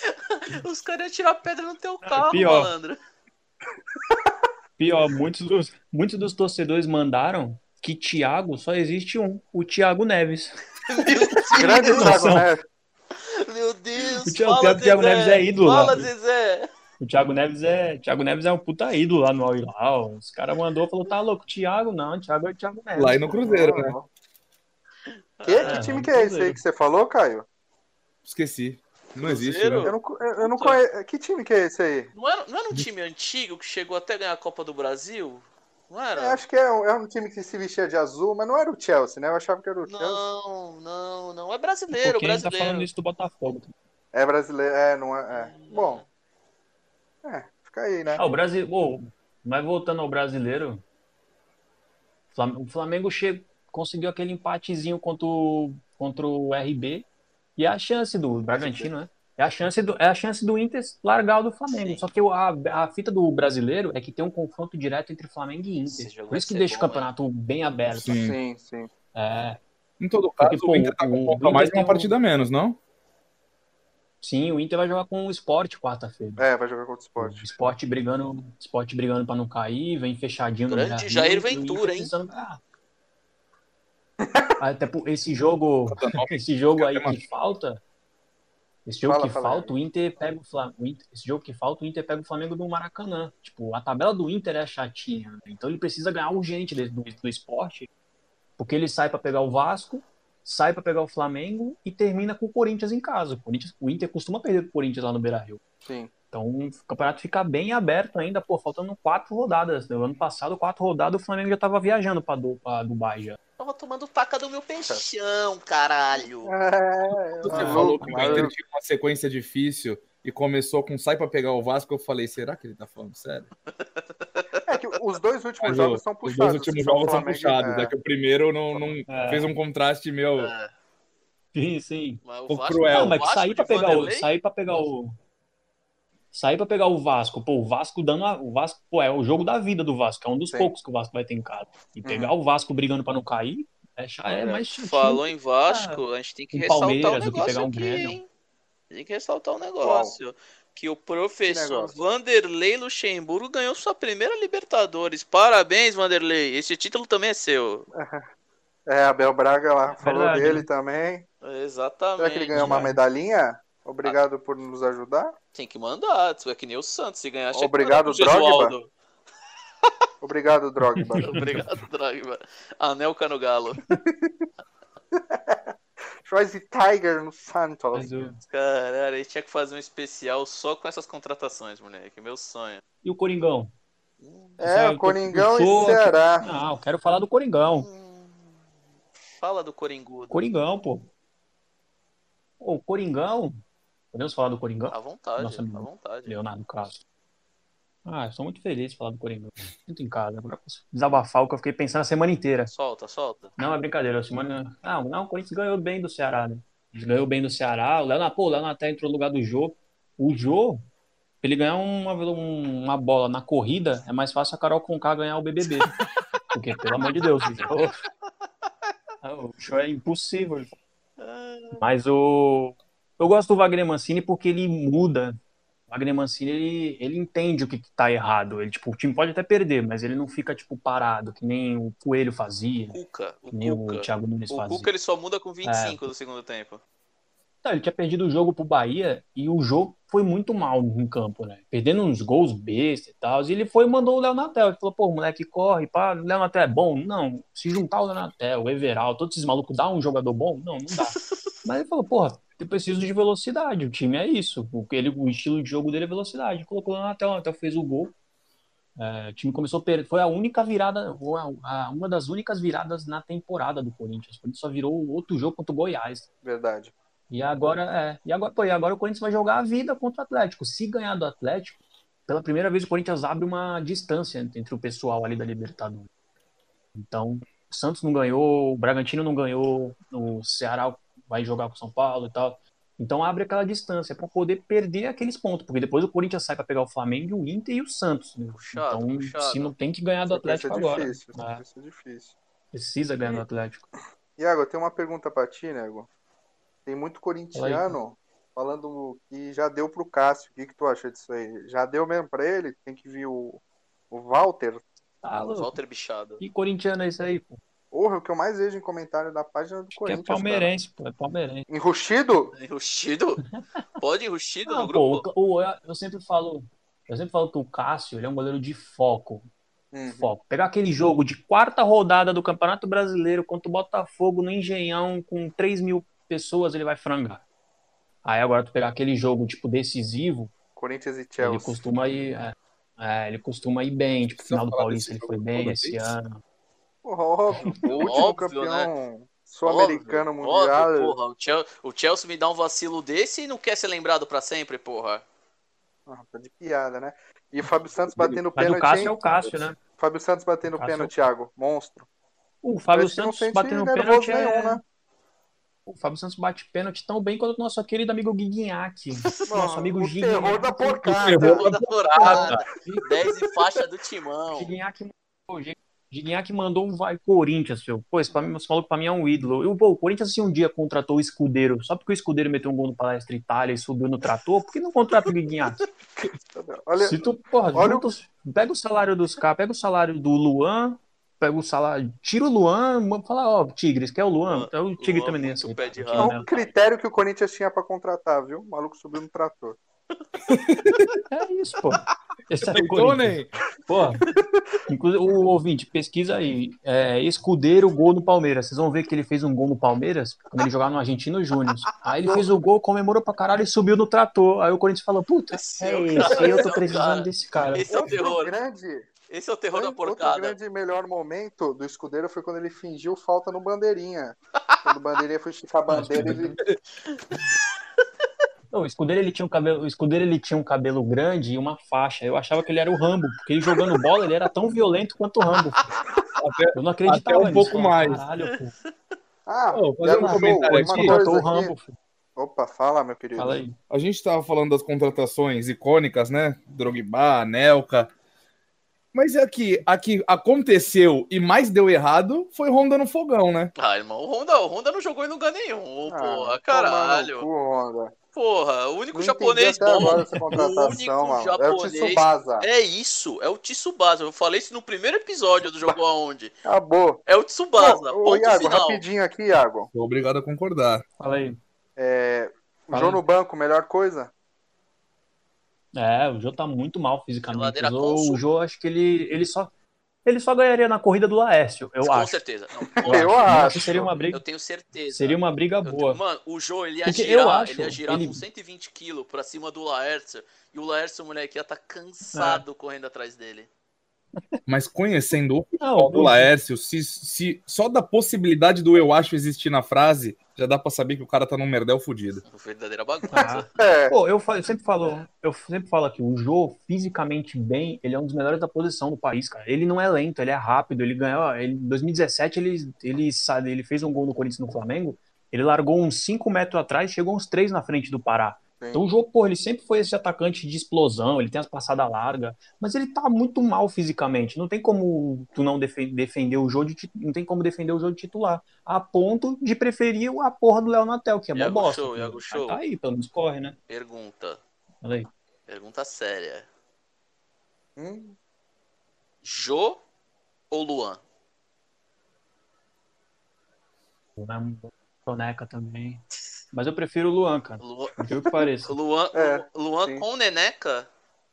Os caras iam tirar pedra no teu carro, pior. malandro. Pior, muitos dos torcedores mandaram que Thiago só existe um, o Thiago Neves. Grande Tem Thiago noção? Neves. Meu Deus, O Thiago- fala, pior que o Thiago Zezé. Neves é ídolo lá. Fala, Zezé. O Thiago Neves é um puta ídolo lá no Al Hilal. Os caras mandou, falou, tá louco, Thiago? Não, Thiago é o Thiago Neves. Lá e no Cruzeiro, né? Que time que é esse aí que você falou, Caio? Esqueci. Não existe, Cruzeiro? né? Eu não conheço. Que time que é esse aí? Não era um time antigo que chegou até a ganhar a Copa do Brasil? Não era? Acho que é um time que se vestia de azul, mas não era o Chelsea, né? Eu achava que era o Chelsea. Não. É brasileiro, Porque a gente tá brasileiro. falando isso do Botafogo. É brasileiro, não é. Bom. Fica aí, né? O Brasil, mas voltando ao brasileiro, o Flamengo conseguiu aquele empatezinho contra o RB e é a chance do Bragantino, né? É a chance do Inter largar o do Flamengo. Sim. Só que a fita do brasileiro é que tem um confronto direto entre Flamengo e Esse Inter. jogo Por isso que vai ser deixa o bom, campeonato bem aberto. Sim. Sim. É, Em todo caso, Porque, pô, o Inter tá com o um ponto a Inter mais e tem uma partida a menos, não? sim, o Inter vai jogar com o Sport quarta-feira. Vai jogar contra o Sport. O Sport brigando pra não cair, vem fechadinho no Grande Beira-Rio, Jair e o Ventura, Inter hein? precisando ganhar. Até esse jogo aí que falta, Fala. o Inter pega o Flamengo. Esse jogo que falta, o Inter pega o Flamengo do Maracanã. Tipo, a tabela do Inter é chatinha, né? Então ele precisa ganhar urgente do Sport, porque ele sai pra pegar o Vasco, sai pra pegar o Flamengo e termina com o Corinthians em casa. O Inter costuma perder pro Corinthians lá no Beira-Rio. Sim. Então o campeonato fica bem aberto ainda, faltando 4 rodadas. No ano passado, 4 rodadas, o Flamengo já tava viajando pra Dubai já. Tava tomando faca do meu peixão, caralho. Você falou que o Inter tinha uma sequência difícil e começou com sai pra pegar o Vasco, eu falei, será que ele tá falando sério? É que os dois últimos Mas jogos são os puxados. dois últimos jogos são Flamengo, puxados, é que o primeiro não fez um contraste meu Sim. Mas o pouco Vasco, cruel. Não, mas que Vasco sair pra de pegar Vanderlei? sair pra pegar o Vasco. Pô, o Vasco é o jogo da vida do Vasco, é um dos Sim. poucos que o Vasco vai ter em casa. E pegar o Vasco brigando pra não cair, é mais chatinho. Falou em Vasco, a gente tem que um ressaltar Palmeiras um do que negócio pegar um aqui, Grêmio. hein? Tem que ressaltar um negócio. Que o professor negócio? Vanderlei Luxemburgo ganhou sua primeira Libertadores. Parabéns, Vanderlei. Esse título também é seu. Abel Braga lá falou Verdade, dele né? também. Exatamente. Será que ele ganhou uma medalhinha? Obrigado por nos ajudar. Tem que mandar. Tu é que nem o Santos. Se ganhar, tinha que Obrigado, mandar pro Drogba. Gesualdo. Obrigado, Drogba. Obrigado, Drogba. Anelca no galo. Schweiz Tiger no Santos. Mas Caralho, a gente tinha que fazer um especial só com essas contratações, moleque. Meu sonho. E o Coringão? O Coringão puxou e Ceará. Não, eu quero falar do Coringão. Fala do Coringudo. Coringão, pô. O Coringão. Podemos falar do Coringão? À vontade, Nossa, à vontade. Leonardo Castro. Eu sou muito feliz de falar do Coringão. Muito em casa. Agora eu posso desabafar o que eu fiquei pensando a semana inteira. Solta. Não, é brincadeira. Não, o Corinthians ganhou bem do Ceará, né? Ganhou bem do Ceará. O Leonardo até entrou no lugar do Jô. O Jô, pra ele ganhar uma bola na corrida, é mais fácil a Carol Conká ganhar o BBB. Porque, pelo amor de Deus, o Jô é impossível. Mas eu gosto do Wagner Mancini porque ele muda. O Wagner Mancini, ele entende o que tá errado. O time pode até perder, mas ele não fica, parado, que nem o Coelho fazia, que nem o Thiago Nunes O fazia. Cuca ele só muda com 25 do segundo tempo. Ele tinha perdido o jogo pro Bahia e o jogo foi muito mal em campo, né? Perdendo uns gols besta e tal. E ele foi e mandou o Léo Natel. Ele falou, o moleque corre, o Léo Natel é bom? Não. Se juntar o Léo Natel, o Everal, todos esses malucos, dá um jogador bom? Não dá. Mas ele falou, eu preciso de velocidade. O time é isso. O estilo de jogo dele é velocidade. Colocou o Natel fez o gol. O time começou a perder. Foi a única virada, uma das únicas viradas na temporada do Corinthians. O Corinthians só virou outro jogo contra o Goiás. Verdade. E agora o Corinthians vai jogar a vida contra o Atlético. Se ganhar do Atlético, pela primeira vez o Corinthians abre uma distância entre o pessoal ali da Libertadores. Então, o Santos não ganhou, o Bragantino não ganhou, o Ceará vai jogar com o São Paulo e tal. Então abre aquela distância para poder perder aqueles pontos, porque depois o Corinthians sai para pegar o Flamengo, o Inter e o Santos. Né? Puxado. Se não tem que ganhar do Atlético agora. Vai ser difícil. Precisa ganhar do Atlético. Iago, eu tenho uma pergunta pra ti, nego. Tem muito corintiano falando que já deu pro Cássio. O que tu acha disso aí? Já deu mesmo pra ele? Tem que vir o Walter. Tá louco. Walter Bichado. Que corintiano é isso aí, pô? Porra, o que eu mais vejo em comentário da página do Que é Corinthians, palmeirense, pô. É palmeirense. cara. Enrustido? Enrustido? Pode enrustido no Não, pô, grupo? eu sempre falo que o Cássio, ele é um goleiro de foco. Foco. Pegar aquele jogo de quarta rodada do Campeonato Brasileiro contra o Botafogo no Engenhão com 3.000 pessoas, ele vai frangar. Aí agora tu pegar aquele jogo, tipo, decisivo, Corinthians e ele Chelsea. costuma ir... ele costuma ir bem. Tipo, final do falar Paulista desse ele foi jogo bem toda esse vez? ano. Porra, óbvio. O último Óbvio, campeão sul-americano Óbvio, mundial. porra. O Chelsea me dá um vacilo desse e não quer ser lembrado pra sempre, porra. Tá de piada, né? E o Fábio Santos batendo Mas pênalti, o Cássio hein? é o Cássio, né? Fábio Santos batendo O Cássio pênalti, Thiago. Monstro. O Fábio Parece que não Santos sente batendo nervoso pênalti nenhum, né? O Fábio Santos bate pênalti tão bem quanto o nosso querido amigo Guignac. Nosso amigo o Guignac. terror da porcada. Terror da porrada. 10 e faixa do timão. Gignac mandou um vai Corinthians, filho. Pô, esse maluco pra mim é um ídolo. O Corinthians, assim, um dia contratou o Escudeiro, só porque o Escudeiro meteu um gol no Palestra Itália e subiu no trator, por que não contrata o Gignac? Olha, Se tu, porra, olha pega o salário dos caras, pega o salário do Luan, pega o salário, tira o Luan, fala, ó, Tigres, quer o Luan? Então o Tigre Luan também nem muito aceita. pé de é um critério que o Corinthians tinha pra contratar, viu? O maluco subiu no trator. É isso, pô. Esse era o Então, Corinthians. Ney, Pô, inclusive, o ouvinte, pesquisa aí. Escudeiro, gol no Palmeiras. Vocês vão ver que ele fez um gol no Palmeiras quando ele jogava no Argentino Júnior. Aí ele fez o gol, comemorou pra caralho e subiu no trator. Aí o Corinthians falou: puta, Esse é é o esse, cara, eu esse tô é o precisando cara. desse cara. Esse é o terror. grande, Esse é o terror da outro porcada. grande melhor momento do Escudeiro foi quando ele fingiu falta no Bandeirinha. Quando o Bandeirinha foi esticar a bandeira, ele... Não, o Escudeiro ele tinha um cabelo grande e uma faixa. Eu achava que ele era o Rambo, porque ele jogando bola ele era tão violento quanto o Rambo. Eu não acreditava até um pouco nisso. mais. Caralho, pô. Ô, fazer um comentário Ele aqui. contratou o Rambo, filho. Opa, fala, meu querido. Fala aí. A gente estava falando das contratações icônicas, né? Drogba, Anelka. Mas é que aconteceu e mais deu errado foi Honda no fogão, né? Ah, irmão, o Honda não jogou em lugar nenhum, porra, caralho. Cu, Honda. Porra, o único Não japonês entendi até bom. agora essa O contratação, único mano. japonês. É o Tsubasa. É isso, é o Tsubasa. Eu falei isso no primeiro episódio do Jogou Aonde. Acabou. É o Tsubasa. Ô, Ponto Iago, final. rapidinho aqui, Iago. Sou obrigado a concordar. Fala aí. O Jô no banco, melhor coisa? O Jô tá muito mal fisicamente. Geladeira O Consul. Jô, acho que ele só ganharia na corrida do Laércio, eu Com acho. certeza. Eu acho. acho. Seria uma briga, Eu tenho certeza. seria uma briga boa. Mano, o Jô, ele ia Porque girar, eu acho, ele ia girar ele- com 120 kg pra cima do Laércio. E o Laércio, moleque, ia tá cansado correndo atrás dele. Mas conhecendo o Não, futebol do Laércio, se só da possibilidade do eu acho existir na frase, já dá pra saber que o cara tá num merdel fudido. Verdadeira bagunça. Pô, eu sempre falo aqui, o Jô, fisicamente bem, ele é um dos melhores da posição do país, cara. Ele não é lento, ele é rápido, ele ganhou. Em 2017, ele fez um gol no Corinthians no Flamengo, ele largou uns 5 metros atrás, chegou uns 3 na frente do Pará. Sim. Então o Jô, pô, ele sempre foi esse atacante de explosão, ele tem as passadas largas, mas ele tá muito mal fisicamente. Não tem como tu não defender o Jô não tem como defender o Jô de titular. A ponto de preferir a porra do Léo Natel, que é mó Iago bosta. Show, Iago Show. Tá aí, pelo menos corre, né? Pergunta. Olha aí. Pergunta séria. Hum? Jô ou Luan? Soneca também. Mas eu prefiro o Luan, cara. Luan, Por que pareça. Luan sim. com Neneca?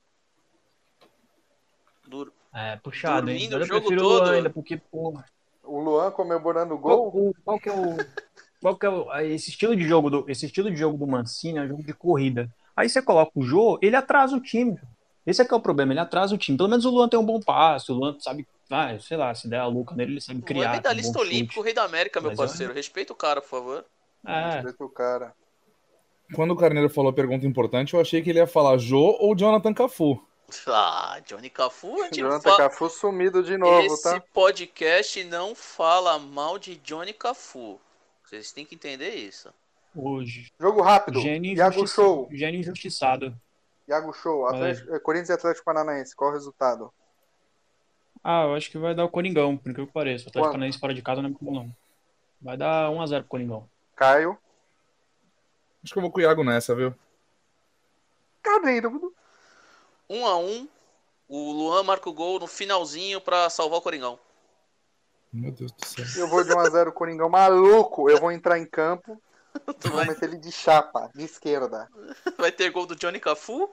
Puxado, hein? Dormindo Mas o eu jogo prefiro o todo. Luan ainda, porque, porra. O Luan comemorando o gol? Qual que é o. Esse estilo de jogo do Mancini é um jogo de corrida. Aí você coloca o Jô, ele atrasa o time. Esse é que é o problema, ele atrasa o time. Pelo menos o Luan tem um bom passe, o Luan sabe, sei lá, se der a louca nele, ele sabe Luan criar. é medalhista tem um bom olímpico, chute. rei da América, meu Mas parceiro. Respeita o cara, por favor. Respeita o cara. Quando o Carneiro falou a pergunta importante, eu achei que ele ia falar Jô ou Jonathan Cafu. Ah, Johnny Cafu, a gente não Jonathan fala... Cafu sumido de novo, Esse tá? podcast não fala mal de Johnny Cafu. Vocês têm que entender isso. Hoje. Jogo rápido. Gênio Iago Show. injustiçado. Iago Show. Corinthians e Atlético Paranaense. Qual o resultado? Eu acho que vai dar o Coringão, por incrível que pareça. O Atlético Quanto? Paranaense fora de casa não é muito bom, não. Vai dar 1-0 pro Coringão. Caio. Acho que eu vou com o Iago nessa, viu? Carneiro. 1-1. O Luan marca o gol no finalzinho pra salvar o Coringão. Meu Deus do céu. Eu vou de 1-0 Coringão. Maluco, eu vou entrar em campo Tu e vou vai, meter ele de chapa, de esquerda. vai ter gol do Johnny Cafu?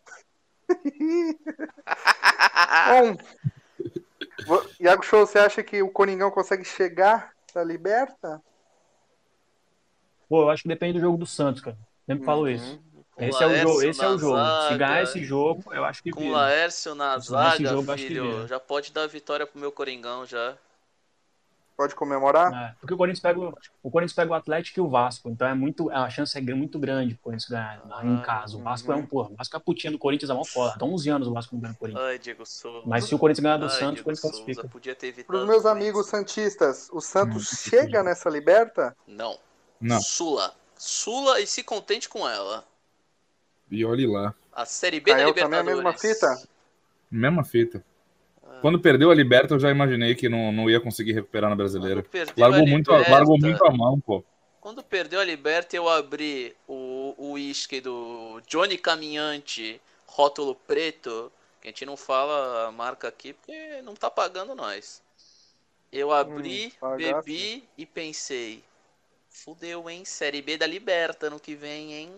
Bom, Iago Show, você acha que o Coringão consegue chegar da Liberta? Pô, eu acho que depende do jogo do Santos, cara. Sempre falo isso. Com Esse é o jogo, Laércio esse é na o jogo. Se ganhar zaga. esse jogo, eu acho que Com o vira. Laércio na Se ganhar esse zaga, jogo, acho que filho. vira. Já pode dar vitória pro meu Coringão já. Pode comemorar? É, porque o Corinthians pega o Atlético e o Vasco, então a chance é muito grande pro Corinthians ganhar em casa. O Vasco o Vasco é a putinha do Corinthians há mó foda. Há 11 anos o Vasco não ganha do Corinthians. Ai, Diego Souza. Mas se o Corinthians ganhar do Ai, Santos, o Diego Corinthians Souza. classifica. Podia ter evitado. Para os meus isso. amigos santistas, o Santos chega nessa Liberta? Não. Não. Sula e se contente com ela. E olhe lá. A Série B da Caio também Libertadores. a mesma fita? Mesma fita. Quando perdeu a Liberta, eu já imaginei que não ia conseguir recuperar na Brasileira. Quando perdeu Largou a muito Liberta- a mão, pô. Quando perdeu a Liberta, eu abri o uísque do Johnny Caminhante, rótulo preto, que a gente não fala a marca aqui porque não tá pagando nós. Eu abri, pagasse. bebi e pensei, fudeu, hein? Série B da Liberta no que vem, hein?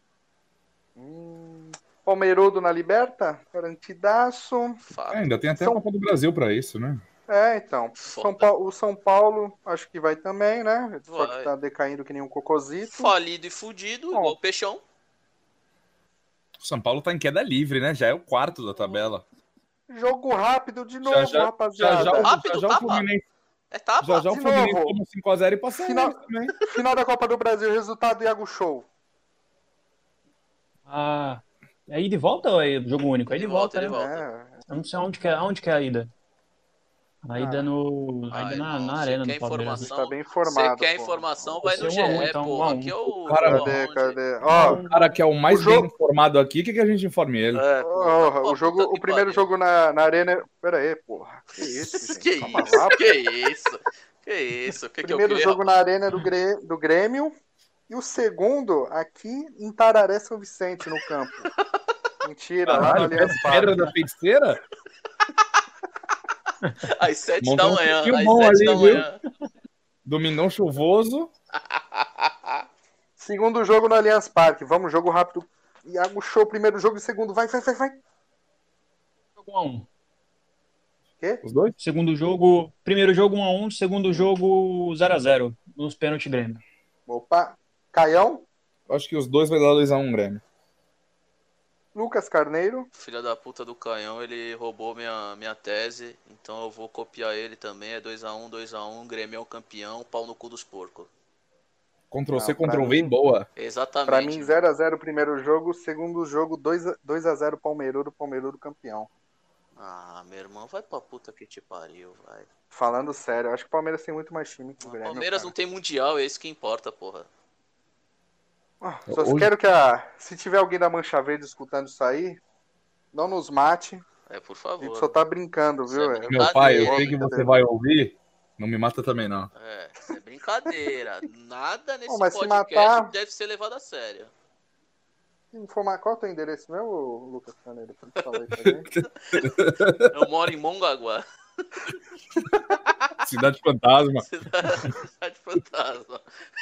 Palmeirudo na Liberta? Garantidaço. Fato. Ainda tem até a Copa do Brasil pra isso, né? Então. Foda. O São Paulo, acho que vai também, né? Só Vai. que tá decaindo que nem um cocosito. Falido e fudido, igual o Peixão. O São Paulo tá em queda livre, né? Já é o quarto da tabela. Jogo rápido de novo, rapaziada. Já Rápido, o tapa? Fluminense, É tapa? já o De Fluminense novo. toma 5x0 e passa Final- eles também. Final da Copa do Brasil, resultado Iago Show. Ah, é ida e volta ou é jogo único? É ida e volta, né? Eu não sei onde que é a ida. A ida irmão, na você arena quer do Palmeiras. informação? Tá bem informado, Você quer pô. informação? Vai no Você é um a um, GE, então, pô. 1-1. Aqui é o... Cara, Cadê? Ó, O cara que é o mais O jogo- bem informado aqui, o que a gente informe ele? É, pô, o primeiro jogo na arena. Pera aí, porra. Que isso, gente? Que Calma isso? lá, pô. Que isso? Que Primeiro eu jogo na arena do Grêmio. E o segundo aqui em Tararé São Vicente, no campo. Mentira, lá no Caralho, Allianz pedra Parque. da feiticeira? Às 7 da Montou um manhã. pouquinho Às bom 7 ali, da viu? manhã. Domingão chuvoso. Segundo jogo no Allianz Parque. Vamos, jogo rápido. Iago Show, primeiro jogo e segundo. Vai. Jogo 1-1. Os dois? Segundo jogo, primeiro jogo 1-1, segundo jogo 0-0 nos pênaltis Grêmio. Opa. Caião, Acho que os dois vai dar 2x1 Grêmio. Lucas Carneiro. Filha da puta do Canhão, ele roubou minha tese. Então eu vou copiar ele também. É 2x1. Grêmio é o campeão. Pau no cu dos porcos. Ctrl-C, Não, pra Ctrl-V e mim- boa. Exatamente. Pra mim, 0x0 primeiro jogo. Segundo jogo, 2x0 Palmeirudo campeão. Ah, meu irmão, vai pra puta que te pariu, vai. Falando sério, eu acho que o Palmeiras tem muito mais time que o O Grêmio. Palmeiras não tem mundial, é isso que importa, porra. Só Hoje- quero que se tiver alguém da Mancha Verde escutando isso aí, não nos mate. É, por A gente favor. só tá brincando, Isso viu? é velho? Meu pai, eu Brincadeira, sei que você vai ouvir. Não me mata também, não. É brincadeira. Nada nesse Mas se podcast matar- deve ser levado a sério. Informar qual é o teu endereço meu, Lucas Carneiro? Pra te falar aí também. Eu moro em Mongaguá. Cidade Fantasma. Cidade Fantasma.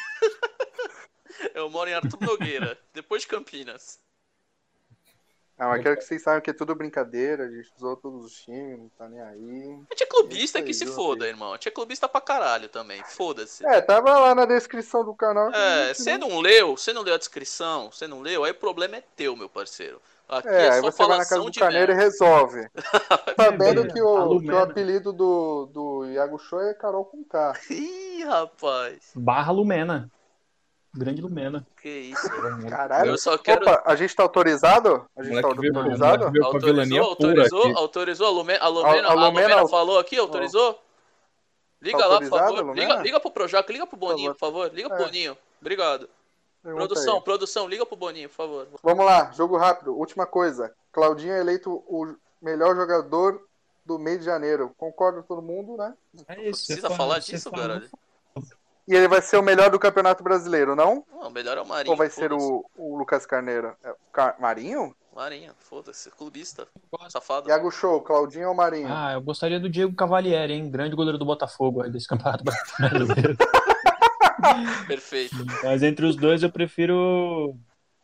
Eu moro em Arthur Nogueira, depois de Campinas. Ah, mas quero que vocês saibam que é tudo brincadeira, a gente usou todos os times, não tá nem aí. A gente é clubista Isso aí, que se viu, foda, filho? irmão. A gente é clubista pra caralho também. Foda-se. Tava lá na descrição do canal. que a É, gente você não leu a descrição, você não leu, aí o problema é teu, meu parceiro. Aqui É, é aí só você vai na casa falação do de Carneiro e merda. resolve. Sabendo ver, que a o Lumena. apelido do Iago Show é Carol com K. Ih, rapaz. Barra Lumena. Grande Lumena. Que isso. Caralho. Eu só quero... Opa, a gente tá autorizado? A gente tá Moleque veio autorizado? com a vilania pura aqui. Autorizou? A Lumena A Lumena- falou aqui, autorizou? Liga Tá lá, por autorizado, favor. Lumena? Liga pro Projac, liga pro Boninho, por Por favor. Liga pro É. Boninho. Obrigado. Pergunta aí. Produção, liga pro Boninho, por favor. Vamos lá, jogo rápido. Última coisa. Claudinho é eleito o melhor jogador do mês de janeiro. Concorda todo mundo, né? É isso. Precisa falar disso, cara? E ele vai ser o melhor do Campeonato Brasileiro, não? Não, o melhor é o Marinho. Ou vai ser foda-se. o Lucas Carneiro? Marinho? Marinho, foda-se, clubista, safado. Iago Show, Claudinho ou Marinho? Ah, eu gostaria do Diego Cavalieri, hein? Grande goleiro do Botafogo aí desse Campeonato Brasileiro. Perfeito. Mas entre os dois eu prefiro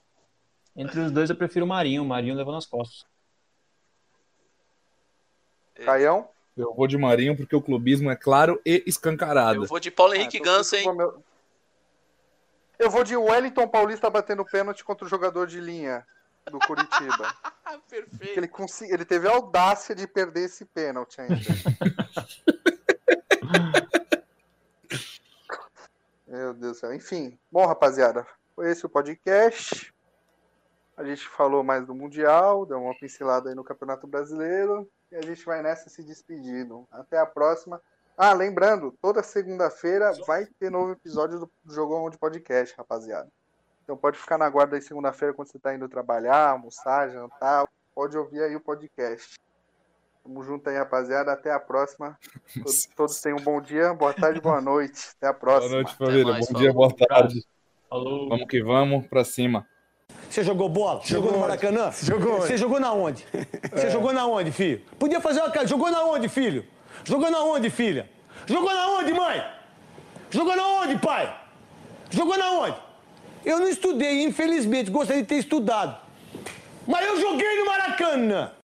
o Marinho. O Marinho levou nas costas. Caião? Eu vou de Marinho porque o clubismo é claro e escancarado. Eu vou de Paulo Henrique então Ganso, hein? Eu vou de Wellington Paulista batendo pênalti contra o jogador de linha do Curitiba. Perfeito. Ele teve a audácia de perder esse pênalti ainda. Meu Deus do céu. Enfim, bom, rapaziada, foi esse o podcast. A gente falou mais do Mundial, deu uma pincelada aí no Campeonato Brasileiro e a gente vai nessa se despedindo. Até a próxima. Ah, lembrando, toda segunda-feira vai ter novo episódio do Jogou Onde Podcast, rapaziada. Então pode ficar na guarda aí segunda-feira quando você tá indo trabalhar, almoçar, jantar. Pode ouvir aí o podcast. Tamo junto aí, rapaziada. Até a próxima. Todos tenham um bom dia, boa tarde, boa noite. Até a próxima. Boa noite, família. mais, Bom dia, boa tarde. Falou. Vamos que vamos, pra cima. Você jogou bola? Jogou no Maracanã? Você jogou na onde? Você jogou na onde, filho? Podia fazer uma cara. Jogou na onde, filho? Jogou na onde, filha? Jogou na onde, mãe? Jogou na onde, pai? Jogou na onde? Eu não estudei, infelizmente. Gostaria de ter estudado. Mas eu joguei no Maracanã.